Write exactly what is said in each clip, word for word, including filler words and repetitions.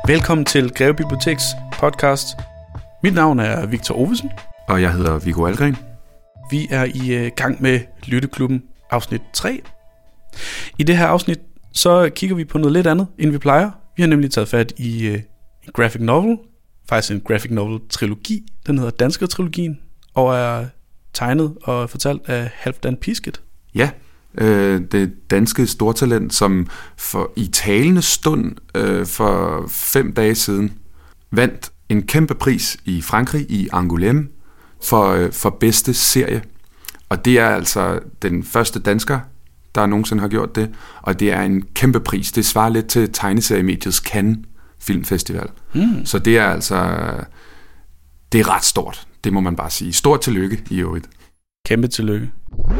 Velkommen til Greve Biblioteks podcast. Mit navn er Victor Ovesen. Og jeg hedder Viggo Algren. Vi er i uh, gang med Lytteklubben afsnit tre. I det her afsnit, så kigger vi på noget lidt andet, end vi plejer. Vi har nemlig taget fat i uh, en graphic novel. Faktisk en graphic novel trilogi. Den hedder Dansker-trilogien. Og er tegnet og fortalt af Halfdan Pisket. Ja, øh, det danske stortalent, som for i talende stund øh, for fem dage siden vandt en kæmpe pris i Frankrig, i Angoulême, for, øh, for bedste serie. Og det er altså den første dansker, der nogensinde har gjort det. Og det er en kæmpe pris. Det svarer lidt til tegneseriemediets Cannes Filmfestival. Mm. Så det er altså... Det er ret stort. Det må man bare sige. Stort tillykke i øvrigt. Kæmpe tillykke.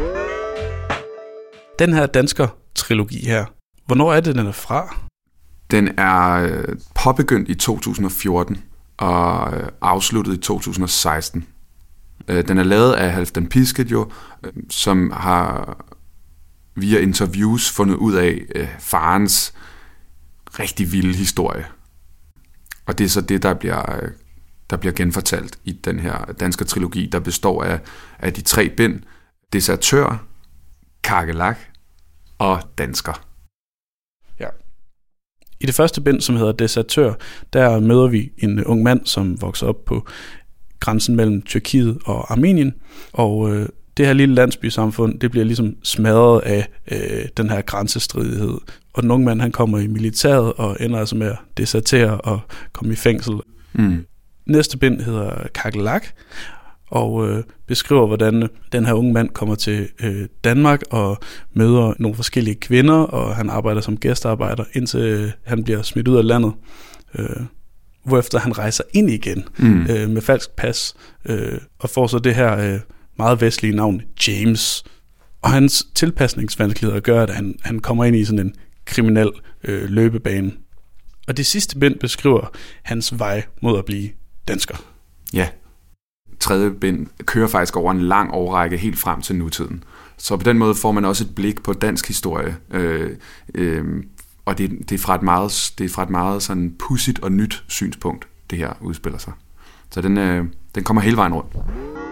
Den her Dansker-trilogi her, hvornår er det, den er fra? Den er påbegyndt i to tusind og fjorten og afsluttet i to tusind og seksten. Den er lavet af Halfdan Pisket jo, som har via interviews fundet ud af farens rigtig vilde historie. Og det er så det, der bliver... der bliver genfortalt i den her Dansker-trilogi, der består af, af de tre bind, Desertør, Kakelak og Dansker. Ja. I det første bind, som hedder Desertør, der møder vi en ung mand, som vokser op på grænsen mellem Tyrkiet og Armenien, og øh, det her lille landsbysamfund, det bliver ligesom smadret af øh, den her grænsestridighed. Og den unge mand, han kommer i militæret og ender altså med at desertere og komme i fængsel. Mm. Næste bind hedder Kakelak, og øh, beskriver, hvordan den her unge mand kommer til øh, Danmark og møder nogle forskellige kvinder, og han arbejder som gæstearbejder, indtil øh, han bliver smidt ud af landet. Øh, hvorefter han rejser ind igen mm. øh, med falsk pas, øh, og får så det her øh, meget vestlige navn, James. Og hans tilpasningsvanskeligheder gør, at han, han kommer ind i sådan en kriminel øh, løbebane. Og det sidste bind beskriver hans vej mod at blive dansker. Ja. Tredje bind kører faktisk over en lang årrække helt frem til nutiden. Så på den måde får man også et blik på dansk historie. Øh, øh, og det, det er fra et meget, det er fra et meget sådan pudsigt og nyt synspunkt, det her udspiller sig. Så den, øh, den kommer hele vejen rundt.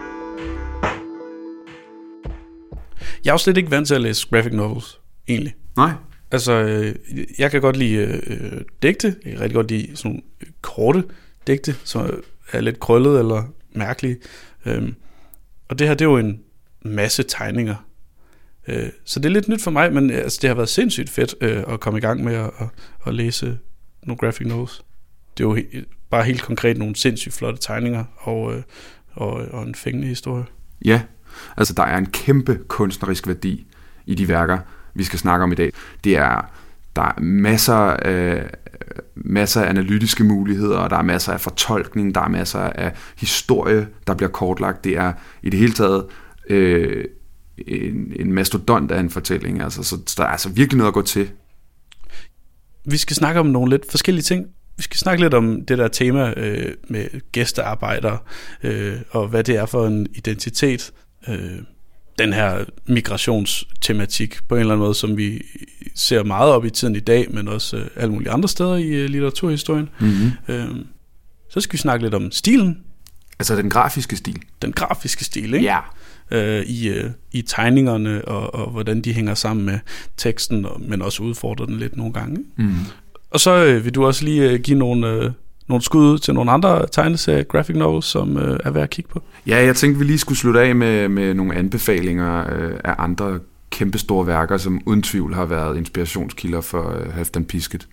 Jeg er jo slet ikke vant til at læse graphic novels, egentlig. Nej. Altså, øh, jeg kan godt lide øh, digte. Jeg kan rigtig godt lide sådan nogle korte digte, som er lidt krøllet eller mærkelige. Øhm, og det her, det er jo en masse tegninger. Øh, så det er lidt nyt for mig, men altså, det har været sindssygt fedt øh, at komme i gang med at, at, at læse nogle graphic novels. Det er jo he- bare helt konkret nogle sindssygt flotte tegninger og, øh, og, og en fængende historie. Ja, altså der er en kæmpe kunstnerisk værdi i de værker, vi skal snakke om i dag. Det er, der er masser af, masser af analytiske muligheder, og der er masser af fortolkning, der er masser af historie, der bliver kortlagt. Det er i det hele taget øh, en, en mastodont af en fortælling. Altså, så der er altså virkelig noget at gå til. Vi skal snakke om nogle lidt forskellige ting. Vi skal snakke lidt om det der tema øh, med gæstearbejdere, øh, og hvad det er for en identitet, øh, den her migrationstematik på en eller anden måde, som vi ser meget op i tiden i dag, men også øh, alle mulige andre steder i øh, litteraturhistorien. Mm-hmm. Øh, så skal vi snakke lidt om stilen. Altså den grafiske stil. Den grafiske stil, ikke? Ja. Øh, i, øh, i tegningerne, og, og hvordan de hænger sammen med teksten, og, men også udfordrer den lidt nogle gange. Mm. Og så øh, vil du også lige øh, give nogle... Øh, nogle skud til nogle andre tegneserier, graphic novels, som øh, er værd at kigge på? Ja, jeg tænkte, vi lige skulle slutte af med, med nogle anbefalinger øh, af andre kæmpestore værker, som uden tvivl har været inspirationskilder for øh, Halfdan Pisket.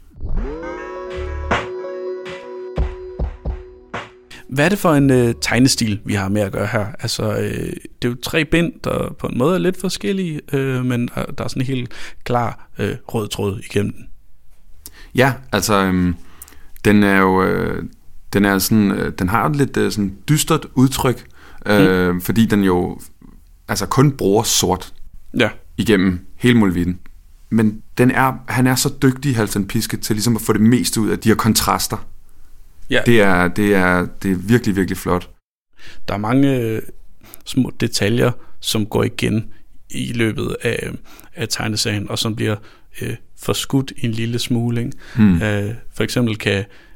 Hvad er det for en øh, tegnestil, vi har med at gøre her? Altså, øh, det er jo tre bind, der på en måde er lidt forskellige, øh, men der, der er sådan en helt klar øh, rød tråd igennem den. Ja, altså... Øh, Den er jo, øh, den er sådan, øh, den har et lidt øh, sådan dystert udtryk, øh, mm. fordi den jo altså kun bruger sort ja. igennem hele muligheden. Men den er, han er så dygtig, Halfdan Pisket, til ligesom at få det meste ud af de her kontraster. Ja. Det er, det er, det er virkelig, virkelig flot. Der er mange øh, små detaljer, som går igen i løbet af, af tegneserien, og som bliver øh, forskudt en lille smule. Hmm. Øh, for eksempel kan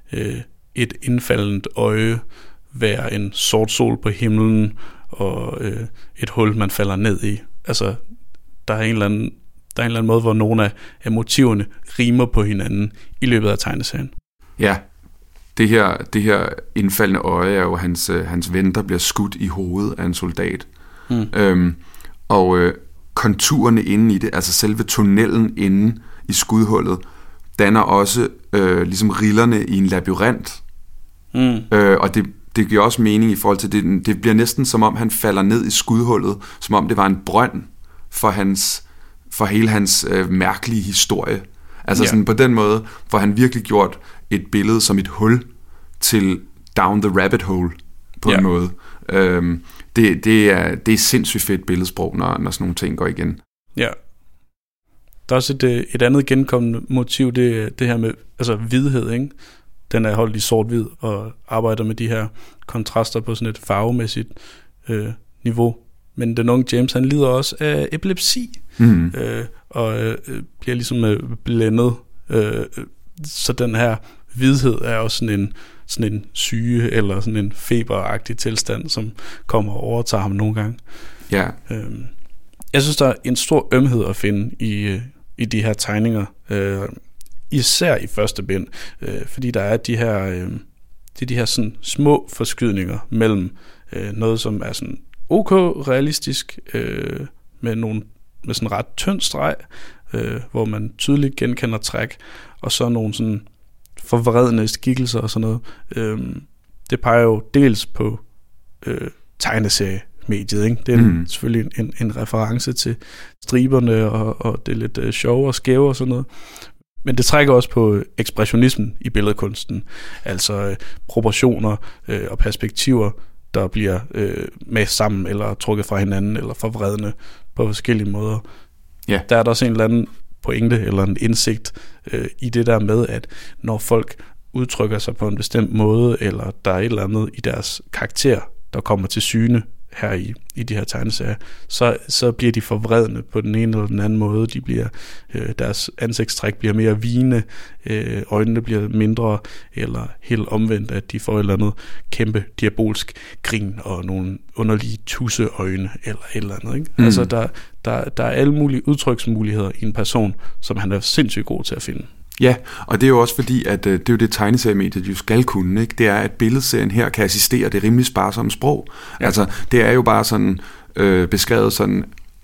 øh, et indfaldent øje være en sort sol på himlen, og øh, et hul, man falder ned i. Altså, der er en eller anden, der er en eller anden måde, hvor nogle af, af motiverne rimer på hinanden i løbet af tegneserien. Ja, det her, det her indfaldende øje er jo hans, øh, hans ven, der bliver skudt i hovedet af en soldat. Mm. Øhm, og øh, konturerne inde i det, altså selve tunnelen inde i skudhullet, danner også øh, ligesom rillerne i en labyrint. Mm. Øh, og det, det giver også mening i forhold til det. Det bliver næsten som om, han falder ned i skudhullet, som om det var en brønd for, hans, for hele hans øh, mærkelige historie. Altså ja. Sådan på den måde, hvor han virkelig gjort et billede som et hul til down the rabbit hole på ja. En måde. Øhm, det, det, er, det er sindssygt fedt billedsprog, når, når sådan nogle ting går igen. Ja. Der er også et, et andet genkommende motiv, det, det her med altså hvidhed, ikke? Den er holdt i sort-hvid og arbejder med de her kontraster på sådan et farvemæssigt øh, niveau. Men den unge James, han lider også af epilepsi, mm. øh, og øh, bliver ligesom øh, blændet. Øh, så den her hvidhed er også sådan en, sådan en syge eller sådan en feberagtig tilstand, som kommer og overtager ham nogle gange. Ja. Øh, jeg synes, der er en stor ømhed at finde i, i de her tegninger, øh, især i første bind, øh, fordi der er de her, øh, det er de her sådan små forskydninger mellem øh, noget, som er sådan ok realistisk, øh, med, nogle, med sådan ret tynd streg, øh, hvor man tydeligt genkender træk, og så nogle sådan forvredne skikkelser og sådan noget. Øh, det peger jo dels på øh, tegneseriemediet, ikke? Det er mm. selvfølgelig en, en reference til striberne, og, og det er lidt øh, sjov og skæve og sådan noget. Men det trækker også på ekspressionismen i billedkunsten, altså øh, proportioner øh, og perspektiver, der bliver øh, med sammen, eller trukket fra hinanden, eller forvredne på forskellige måder. Yeah. Der er der også en eller anden pointe, eller en indsigt øh, i det der med, at når folk udtrykker sig på en bestemt måde, eller der er et eller andet i deres karakter, der kommer til syne her i, i de her tegneserier, så, så bliver de forvredne på den ene eller den anden måde. De bliver, øh, deres ansigtstræk bliver mere vigende, øh, øjnene bliver mindre, eller helt omvendt, at de får et eller andet kæmpe diabolsk grin, og nogle underlige tusseøjne, eller et eller andet. Ikke? Mm. Altså, der, der, der er alle mulige udtryksmuligheder i en person, som han er sindssygt god til at finde. Ja, og det er jo også fordi, at øh, det er jo det tegneseriemediet jo skal kunne, ikke? Det er, at billedserien her kan assistere det rimelig sparsomme sprog. Ja. Altså, det er jo bare sådan øh, beskrevet sådan,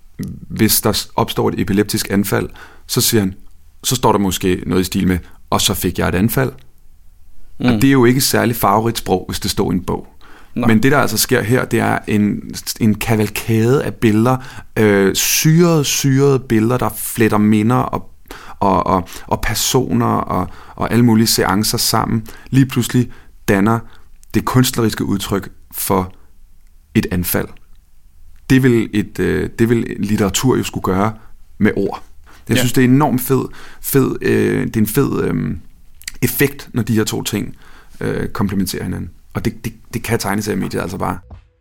hvis der opstår et epileptisk anfald, så siger han, så står der måske noget i stil med, og så fik jeg et anfald. Mm. Og det er jo ikke særlig farverigt sprog, hvis det står i en bog. Nej. Men det, der altså sker her, det er en, en kavalkade af billeder, øh, syrede, syrede billeder, der fletter minder og Og, og, og personer og, og alle mulige seancer sammen, lige pludselig danner det kunstneriske udtryk for et anfald. Det vil, et, øh, det vil litteratur jo skulle gøre med ord. Jeg ja. synes, det er enormt fed, fed, øh, det er en fed øh, effekt, når de her to ting øh, komplementerer hinanden. Og det, det, det kan tegneseriemediet altså bare.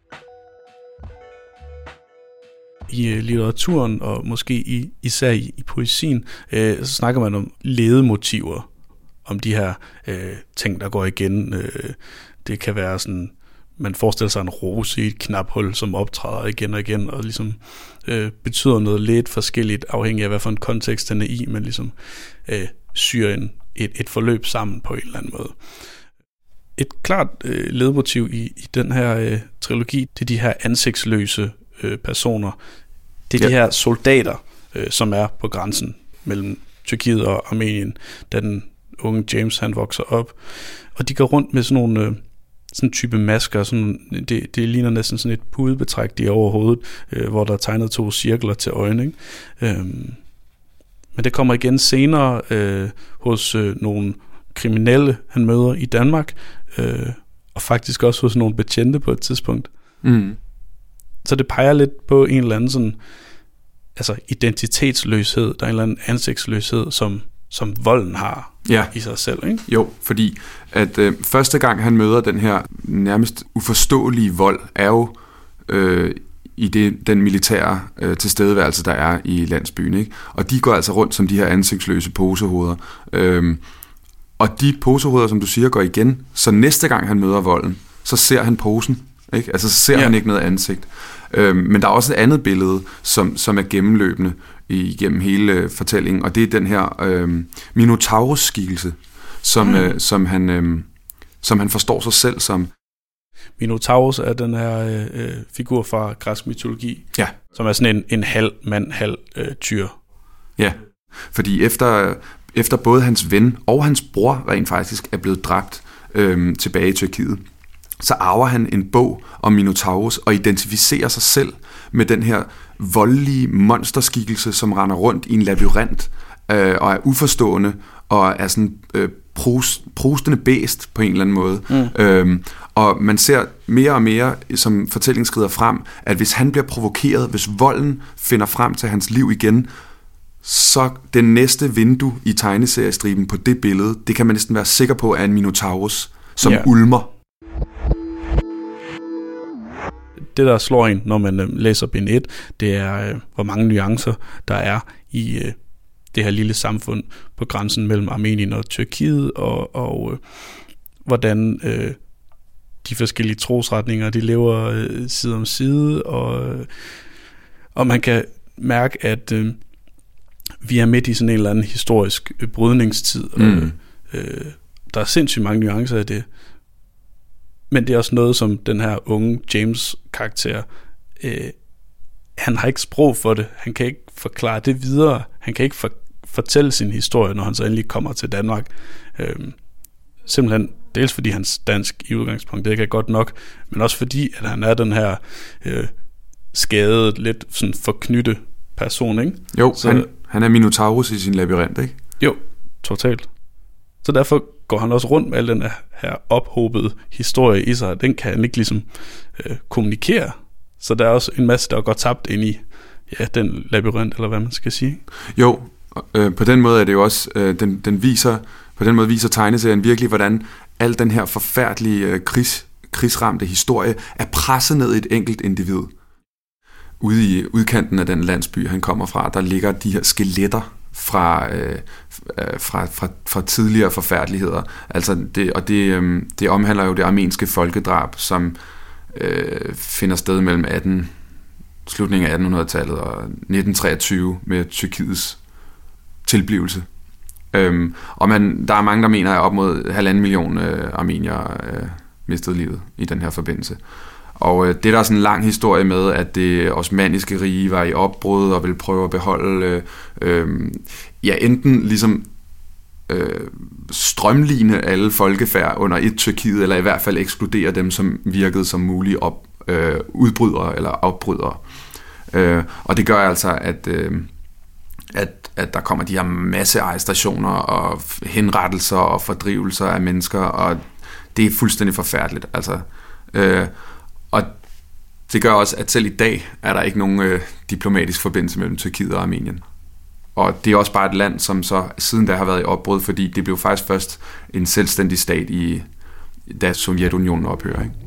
I litteraturen, og måske i, især i, i poesien, øh, så snakker man om ledemotiver, om de her øh, ting, der går igen. Øh, det kan være sådan, man forestiller sig en rose i et knaphul, som optræder igen og igen, og ligesom øh, betyder noget lidt forskelligt, afhængig af, hvad for en kontekst den er i, men ligesom øh, syrer en, et, et forløb sammen på en eller anden måde. Et klart øh, ledemotiv i, i den her øh, trilogi, det er de her ansigtsløse personer. Det er ja. de her soldater, øh, som er på grænsen mellem Tyrkiet og Armenien, da den unge James han vokser op. Og de går rundt med sådan nogle øh, sådan type masker. Sådan, det, det ligner næsten sådan et pudebetræk, de er over hovedet, øh, hvor der er tegnet to cirkler til øjne. Ikke? Øhm, men det kommer igen senere øh, hos øh, nogle kriminelle, han møder i Danmark, øh, og faktisk også hos nogle betjente på et tidspunkt. Mm. Så det peger lidt på en eller anden sådan, altså identitetsløshed, der er en eller anden ansigtsløshed, som, som volden har ja. i sig selv, ikke? Jo, fordi at øh, første gang han møder den her nærmest uforståelige vold, er jo øh, i det, den militære øh, tilstedeværelse, der er i landsbyen, ikke? Og de går altså rundt som de her ansigtsløse posehoveder. Øh, Og de posehoveder, som du siger, går igen, så næste gang han møder volden, så ser han posen, ikke? Altså så ser ja. han ikke noget ansigt. Øhm, men der er også et andet billede, som, som er gennemløbende igennem hele fortællingen, og det er den her øhm, Minotaurus-skikkelse, som, mm. øh, som, han, øh, som han forstår sig selv som. Minotaurus er den her øh, figur fra græsk mytologi, ja. som er sådan en, en halv mand, halv øh, tyr. Ja, fordi efter, efter både hans ven og hans bror rent faktisk er blevet dræbt øh, tilbage i Tyrkiet, så arver han en bog om Minotaurus og identificerer sig selv med den her voldelige monsterskikkelse, som render rundt i en labyrint øh, og er uforstående og er sådan øh, pros, prostende bæst på en eller anden måde. Mm. Øhm, og man ser mere og mere, som fortællingen skrider frem, at hvis han bliver provokeret, hvis volden finder frem til hans liv igen, så den næste vindue i tegneseriestriben på det billede, det kan man næsten være sikker på, er en Minotaurus, som yeah. ulmer. Det, der slår en, når man øh, læser bind et, det er, øh, hvor mange nuancer der er i øh, det her lille samfund på grænsen mellem Armenien og Tyrkiet, og, og øh, hvordan øh, de forskellige trosretninger, de lever øh, side om side, og, øh, og man kan mærke, at øh, vi er midt i sådan en eller anden historisk øh, brydningstid, mm. og øh, der er sindssygt mange nuancer af det. Men det er også noget, som den her unge James-karakter, øh, han har ikke sprog for det. Han kan ikke forklare det videre. Han kan ikke for, fortælle sin historie, når han så endelig kommer til Danmark. Øh, simpelthen, dels fordi hans dansk i udgangspunkt, det er godt nok, men også fordi, at han er den her øh, skadet, lidt sådan forknytte person, ikke? Jo, så, han, han er Minotaurus i sin labyrint, ikke? Jo, totalt. Så derfor går han også rundt med al den her ophobede historie i sig, den kan han ikke ligesom øh, kommunikere. Så der er også en masse, der går tabt ind i ja, den labyrint, eller hvad man skal sige. Jo, øh, på den måde er det jo også, øh, den, den viser, på den måde viser tegneserien virkelig, hvordan al den her forfærdelige øh, krigs, krigsramte historie er presset ned i et enkelt individ. Ude i udkanten af den landsby, han kommer fra, der ligger de her skeletter, Fra, øh, fra, fra, fra tidligere forfærdeligheder. Altså det, og det, øh, det omhandler jo det armenske folkedrab, som øh, finder sted mellem atten, slutningen af attenhundredetallet og nitten treogtyve med Tyrkiets tilblivelse. Øhm, og man, der er mange, der mener, at op mod halvanden million øh, armenier øh, mistede livet i den her forbindelse. Og øh, det der er sådan en lang historie med, at det osmanniske rige var i opbrud og ville prøve at beholde øh, øh, ja, enten ligesom øh, strømline alle folkefærd under et Tyrkiet, eller i hvert fald ekskludere dem, som virkede som mulige op, øh, udbrydere eller opbrydere. Øh, og det gør altså, at, øh, at, at der kommer de her masse arrestationer og henrettelser og fordrivelser af mennesker, og det er fuldstændig forfærdeligt. Altså, øh, og det gør også, at selv i dag er der ikke nogen øh, diplomatisk forbindelse mellem Tyrkiet og Armenien. Og det er også bare et land, som så siden da har været i opbrud, fordi det blev faktisk først en selvstændig stat, i, da Sovjetunionen ophører. Ikke?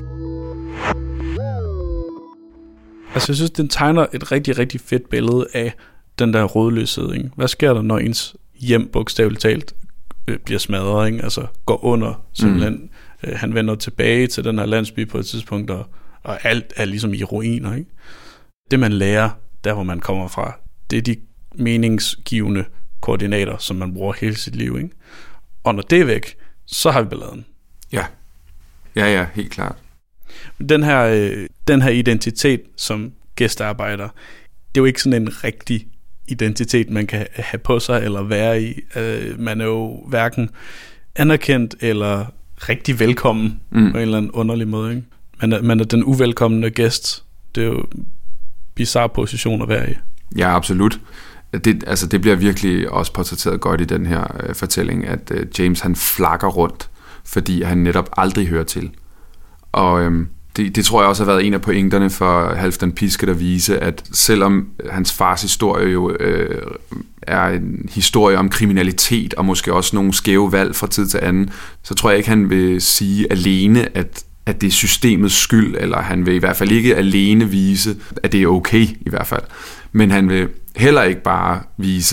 Altså jeg synes, den tegner et rigtig, rigtig fedt billede af den der rådløshed. Ikke? Hvad sker der, når ens hjem bogstaveligt talt øh, bliver smadret, ikke? Altså går under simpelthen. Mm. Øh, han vender tilbage til den her landsby på et tidspunkt, og, og alt er ligesom i ruiner. Ikke? Det man lærer, der hvor man kommer fra, det er de meningsgivende koordinater, som man bruger hele sit liv. Ikke? Og når det er væk, så har vi balladen. Ja, ja, ja, helt klart. Den her, øh, den her identitet som gæstearbejder, det er jo ikke sådan en rigtig identitet, man kan have på sig eller være i. Øh, man er jo hverken anerkendt eller rigtig velkommen mm. på en eller anden underlig måde. Ikke? Man, er, man er den uvelkomne gæst. Det er jo en bizarre position at være i. Ja, absolut. Det, altså, det bliver virkelig også portrætteret godt i den her øh, fortælling, at øh, James han flakker rundt, fordi han netop aldrig hører til. Og øhm, det, det tror jeg også har været en af pointerne for Halfdan Pisket at vise, at selvom hans fars historie jo øh, er en historie om kriminalitet, og måske også nogle skæve valg fra tid til anden, så tror jeg ikke, han vil sige alene, at, at det er systemets skyld, eller han vil i hvert fald ikke alene vise, at det er okay i hvert fald. Men han vil heller ikke bare vise,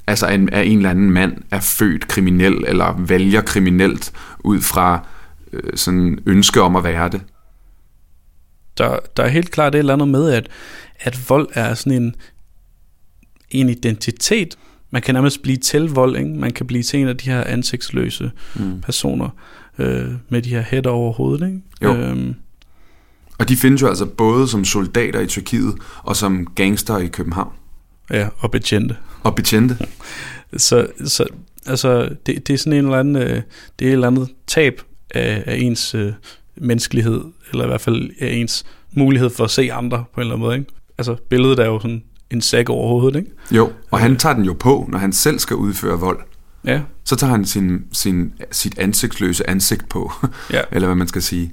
Altså, en, at en eller anden mand er født kriminel, eller vælger kriminelt ud fra øh, sådan ønske om at være det. Der, der er helt klart et eller andet med, at, at vold er sådan en, en identitet. Man kan nærmest blive til vold, ikke? Man kan blive til en af de her ansigtsløse mm. personer øh, med de her hætter over hovedet, ikke? Jo. Øhm. Og de findes jo altså både som soldater i Tyrkiet og som gangster i København. Ja, og betjente. Og betjente. så, så altså, det, det er sådan en eller anden, øh, det er et eller andet tab af, af ens øh, menneskelighed, eller i hvert fald af ens mulighed for at se andre på en eller anden måde, ikke? Altså, billedet er jo sådan en sæk over hovedet, ikke? Jo, og han tager den jo på, når han selv skal udføre vold. Ja. Så tager han sin, sin, sit ansigtsløse ansigt på, ja. Eller hvad man skal sige.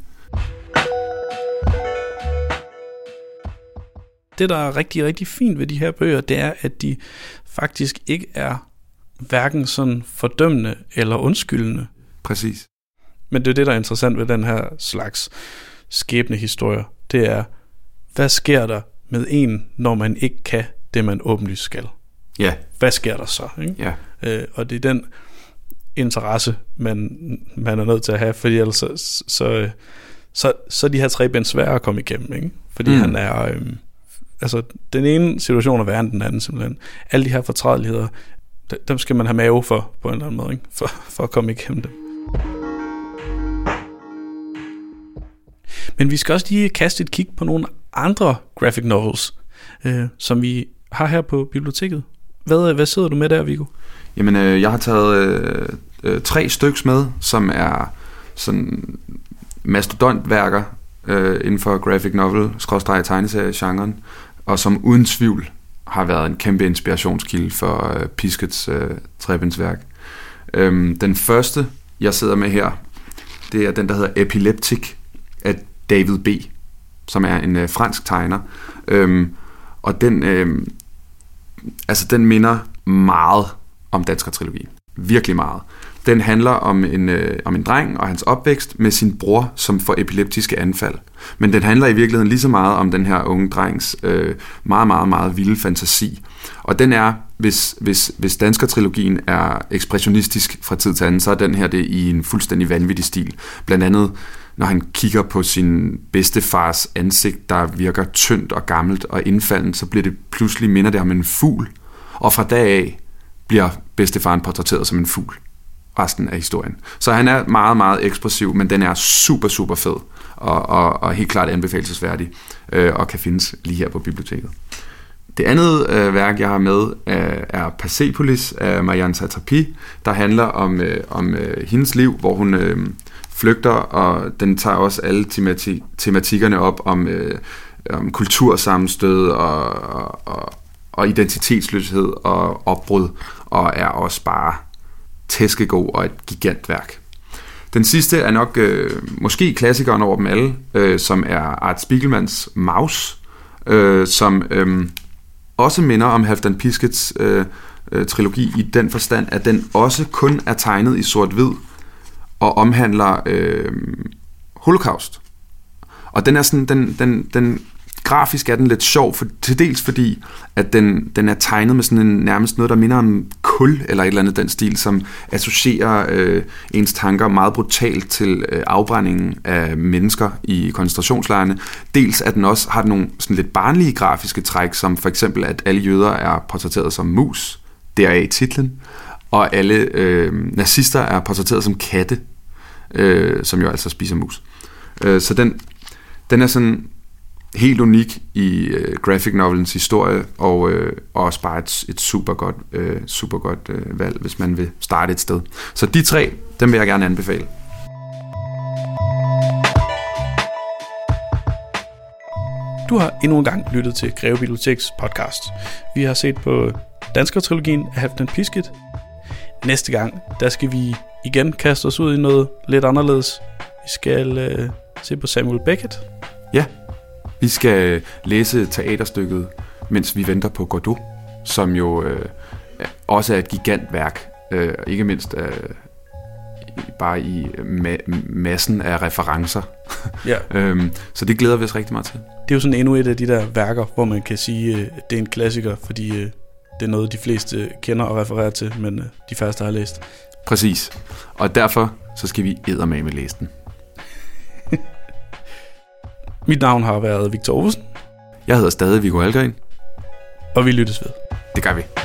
Det, der er rigtig, rigtig fint ved de her bøger, det er, at de faktisk ikke er hverken sådan fordømmende eller undskyldende. Præcis. Men det er det, der er interessant ved den her slags skæbnehistorier. Det er, hvad sker der med en, når man ikke kan det, man åbenlyst skal? Ja. Hvad sker der så? Ikke? Ja. Øh, og det er den interesse, man, man er nødt til at have, fordi ellers så, så, så, så er de her tre bind svære at komme igennem, ikke? Fordi mm. han er... Øh, altså, den ene situation er værre end den anden, simpelthen. Alle de her fortrædeligheder, dem skal man have mave for, på en eller anden måde, ikke? For, for at komme igennem dem. Men vi skal også lige kaste et kig på nogle andre graphic novels, øh, som vi har her på biblioteket. Hvad, hvad sidder du med der, Viggo? Jamen, øh, jeg har taget øh, øh, tre stykker med, som er sådan mastodontværker øh, inden for graphic novel, skråstreg tegneserie-genren, og som uden tvivl har været en kæmpe inspirationskilde for øh, Piskets øh, trebindsværk. Øhm, den første, jeg sidder med her, det er den, der hedder Epileptic af David B., som er en øh, fransk tegner. Øhm, og den, øh, altså, den minder meget om Dansker-trilogien. Virkelig meget. Den handler om en, øh, om en dreng og hans opvækst med sin bror, som får epileptiske anfald. Men den handler i virkeligheden lige så meget om den her unge drengs øh, meget, meget, meget vilde fantasi. Og den er, hvis, hvis, hvis Dansker-trilogien er ekspressionistisk fra tid til anden, så er den her det i en fuldstændig vanvittig stil. Blandt andet, når han kigger på sin bedstefars ansigt, der virker tyndt og gammelt og indfaldent, så bliver det pludselig minder det om en fugl. Og fra dag af bliver bedstefaren portrætteret som en fugl. Resten af historien. Så han er meget, meget ekspressiv, men den er super, super fed og, og, og helt klart anbefalelsesværdig øh, og kan findes lige her på biblioteket. Det andet øh, værk, jeg har med, øh, er Persepolis af Marjane Satrapi, der handler om, øh, om øh, hendes liv, hvor hun øh, flygter, og den tager også alle temati- tematikkerne op om, øh, om kultursammenstød og, og, og, og identitetsløshed og opbrud, og er også bare tæskegod og et gigantværk. Den sidste er nok øh, måske klassikeren over dem alle, øh, som er Art Spiegelmans Maus, øh, som øh, også minder om Halfdan Piskets øh, øh, trilogi i den forstand, at den også kun er tegnet i sort-hvid og omhandler øh, holocaust. Og den er sådan, den, den, den grafisk er den lidt sjov, for, til dels fordi, at den, den er tegnet med sådan en, nærmest noget, der minder om kul, eller et eller andet den stil, som associerer øh, ens tanker meget brutalt til øh, afbrændingen af mennesker i koncentrationslejrene. Dels at den også har nogle sådan lidt barnlige grafiske træk, som for eksempel, at alle jøder er portrætteret som mus, deraf titlen, og alle øh, nazister er portrætteret som katte, øh, som jo altså spiser mus. Øh, så den, den er sådan helt unik i øh, graphic novelens historie, og øh, også bare et, et super godt, øh, super godt øh, valg, hvis man vil starte et sted. Så de tre, dem vil jeg gerne anbefale. Du har endnu en gang lyttet til Greve Biblioteks podcast. Vi har set på Dansker-trilogien af Halfdan Pisket. Næste gang, der skal vi igen kaste os ud i noget lidt anderledes. Vi skal øh, se på Samuel Beckett. Ja. Vi skal læse teaterstykket, mens vi venter på Godot, som jo øh, også er et gigantværk, øh, ikke mindst øh, bare i ma- massen af referencer. Ja. øhm, så det glæder vi os rigtig meget til. Det er jo sådan endnu et af de der værker, hvor man kan sige, at det er en klassiker, fordi det er noget, de fleste kender og refererer til, men øh, de færreste har læst. Præcis. Og derfor så skal vi eddermame læse den. Mit navn har været Victor Ovesen. Jeg hedder stadig Viggo Algren. Og vi lyttes ved. Det gør vi.